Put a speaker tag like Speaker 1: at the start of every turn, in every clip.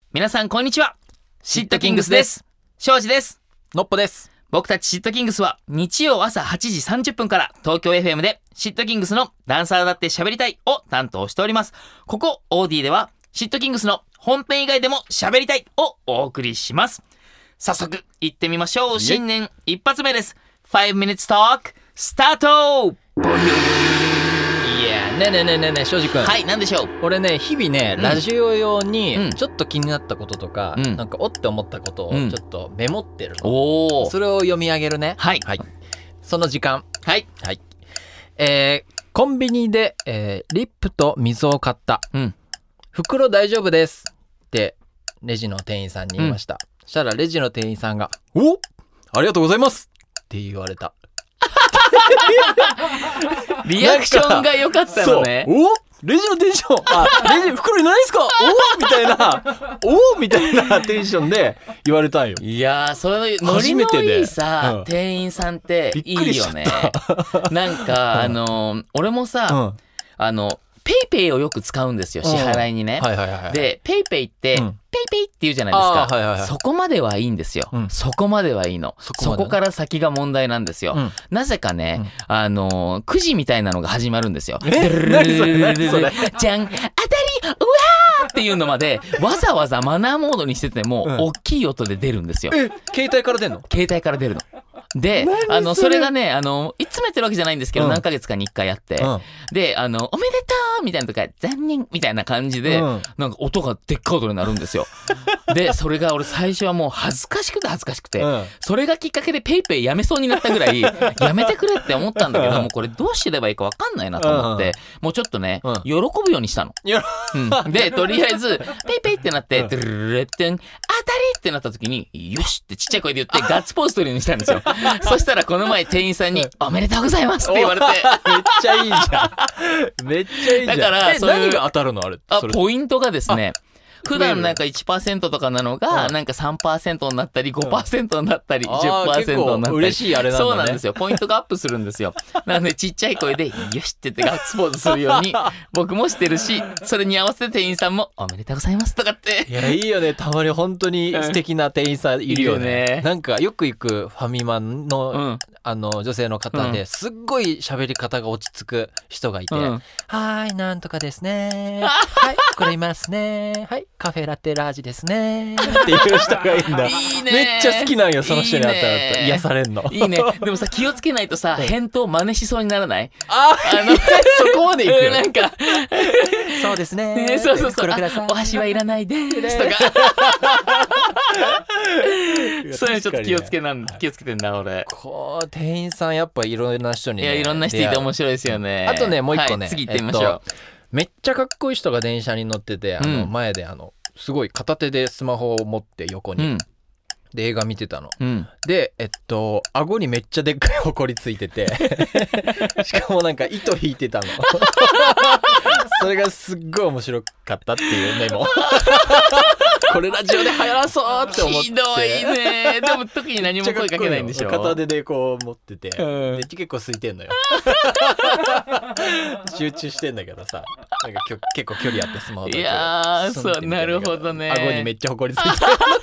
Speaker 1: 皆さんこんにちは。シットキングスです。庄司です。
Speaker 2: のっぽです。
Speaker 1: 僕たちシットキングスは日曜朝8時30分から東京 FM でシットキングスのダンサーだって喋りたいを担当しております。ここ OD ではシットキングスの本編以外でも喋りたいをお送りします。早速行ってみましょう。新年一発目です。5 minutes talk スタート。
Speaker 2: いやねえねえ庄司君。
Speaker 1: はい、なんでしょう。
Speaker 2: 俺ね日々ね、ラジオ用
Speaker 1: うん
Speaker 2: にちょっと気になったこととか、なんかおって思ったことをちょっとメモってるの、それを読み上げるね。
Speaker 1: はい、
Speaker 2: その時間。
Speaker 1: はい、
Speaker 2: コンビニで、リップと水を買った、袋大丈夫ですってレジの店員さんに言いました、そしたらレジの店員さんがおありがとうございますって言われた。
Speaker 1: リアクションが良かったのね。
Speaker 2: おレジのテンションレジ袋いないですかおみたいなみたいなテンションで言われたんよ。
Speaker 1: いやー、そのノリのいいさ、店員さんっていいよね。なんか俺もさ、ペイペイをよく使うんですよ、支払いにね。でペイペイって、ペイペイって言うじゃないですか。そこまではいいんですよ、そこまではいいの。そこから先が問題なんですよ、なぜかね、くじみたいなのが始まるんですよ。
Speaker 2: 何それ
Speaker 1: じゃん当たりうわーっていうのまでわざわざマナーモードにしてても大きい音で出るんですよ。
Speaker 2: 携帯から出るの？
Speaker 1: 携帯から出るので、それがね、いつもやってるわけじゃないんですけど、何ヶ月かに1回やって、で、おめでとうみたいなとか、残念みたいな感じで、なんか音がでっかい音になるんですよ。で、それが俺最初はもう恥ずかしくて、それがきっかけでペイペイやめそうになったぐらい、やめてくれって思ったんだけど、もうこれどうすればいいか分かんないなと思って、もうちょっとね、喜ぶようにしたの。で、とりあえず、ペイペイってなって、ドゥルルルってん、当たりってなった時に、よしってちっちゃい声で言ってガッツポーズ取るようにしたんですよ。そしたらこの前店員さんにおめでとうございますって言われて、
Speaker 2: めっちゃいいじゃん。めっちゃいいじゃん。
Speaker 1: だから
Speaker 2: 何が当たるのあれ？
Speaker 1: ポイントがですね、普段なんか 1% とかなのがなんか 3% になったり 5% になったり 10% になったり、
Speaker 2: 嬉しいあれなんだね。
Speaker 1: そうなんですよ。ポイントがアップするんですよ。なのでちっちゃい声でよしって言ってガッツポーズするように僕もしてるし、それに合わせて店員さんもおめでとうございますとかって。
Speaker 2: いやいいよね。たまに本当に素敵な店員さんいるよね。なんかよく行くファミマの女性の方ですっごい喋り方が落ち着く人がいて、はいなんとかですね、はいこれいますね、はいカフェラテラージですねっていう人がいいんだ。
Speaker 1: いいね。
Speaker 2: めっちゃ好きなんよその人に会ったら。癒されんの
Speaker 1: いいね。でもさ気をつけないとさ返答真似しそうにならない？
Speaker 2: そこまで行くよ。
Speaker 1: なんか
Speaker 2: そうですね。
Speaker 1: そうお箸はいらないですとかそういうのちょっと気をつけてんだ俺。
Speaker 2: こう店員さんやっぱいろんな人に、
Speaker 1: いろんな人いて面白いですよね。
Speaker 2: あとねもう一個ね、
Speaker 1: 次行ってみましょう。
Speaker 2: めっちゃかっこいい人が電車に乗ってて、前ですごい片手でスマホを持って横に、で映画見てたの、で顎にめっちゃでっかいホコリついててしかもなんか糸引いてたのそれがすっごい面白かったっていうメモこれラジオで流行らそうって思って。
Speaker 1: ひどいね。でも特に何も声かけないんでしょ。
Speaker 2: 片手でこう持ってて、めっちゃ結構空いてんのよ集中してんだけどさ、なんか結構距離あってスマホと。
Speaker 1: いやーそうなるほどね。
Speaker 2: 顎にめっちゃホコリついてる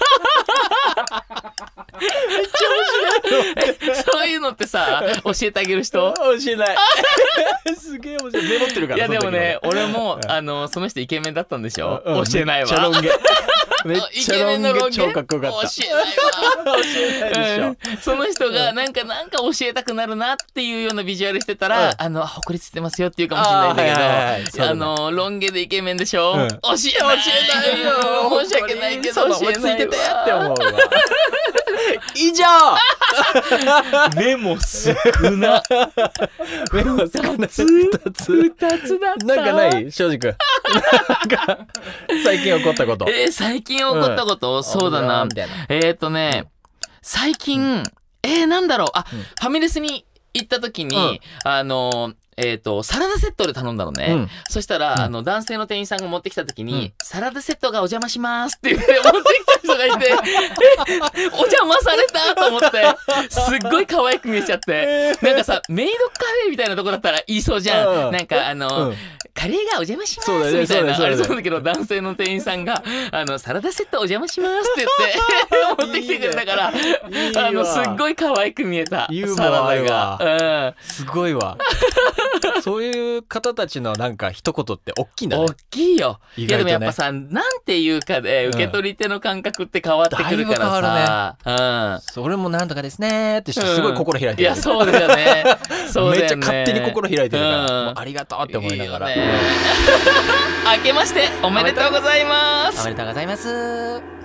Speaker 2: めっちゃ面白い
Speaker 1: そういうのってさ教えてあげる人？
Speaker 2: 教えないすげえ面白い。メモってるから。
Speaker 1: いやでもね俺もその人イケメンだったんでしょ、教えないわ。
Speaker 2: めっちゃロン毛超かっこよかった。
Speaker 1: 教えないわ
Speaker 2: 教えないでしょ。
Speaker 1: その人がなんか教えたくなるなっていうようなビジュアルしてたら、ほこりついてますよって言うかもしれないんだけど、ロン毛でイケメンでしょ、教えないよ申し訳ないけど教えないわ。
Speaker 2: ついててって思うわ以上
Speaker 1: メモ少な
Speaker 2: メモ少な
Speaker 1: 2つだった。
Speaker 2: なんかない庄司君最近起こったこと。
Speaker 1: 最近起こったこと、そうだな。最近なんだろう、ファミレスに行った時に、 サラダセットで頼んだのね。そしたら、男性の店員さんが持ってきた時に、サラダセットがお邪魔しますって言って持ってきた人がいて、お邪魔されたと思って、すっごい可愛く見えちゃって、なんかさ、メイドカフェみたいなとこだったら言いそうじゃん。なんかカレーがお邪魔しますみたいなあれそうだけど、男性の店員さんがサラダセットお邪魔しますって言って持ってきてくれたから、すっごい可愛く見えたサラダが。
Speaker 2: すごいわ。そういう方たちのなんか一言って大きいんだね。
Speaker 1: 大きいよ。いやでもやっぱさ、なんていうかで受け取り手の感覚って変わってくるからさ。
Speaker 2: それもなんとかですねって人すごい心開いてる。
Speaker 1: いやそうだよね。
Speaker 2: めっちゃ勝手に心開いてるから、ありがとうって思いながら。
Speaker 1: 明けましておめでとうございます。
Speaker 2: おめでとうございます。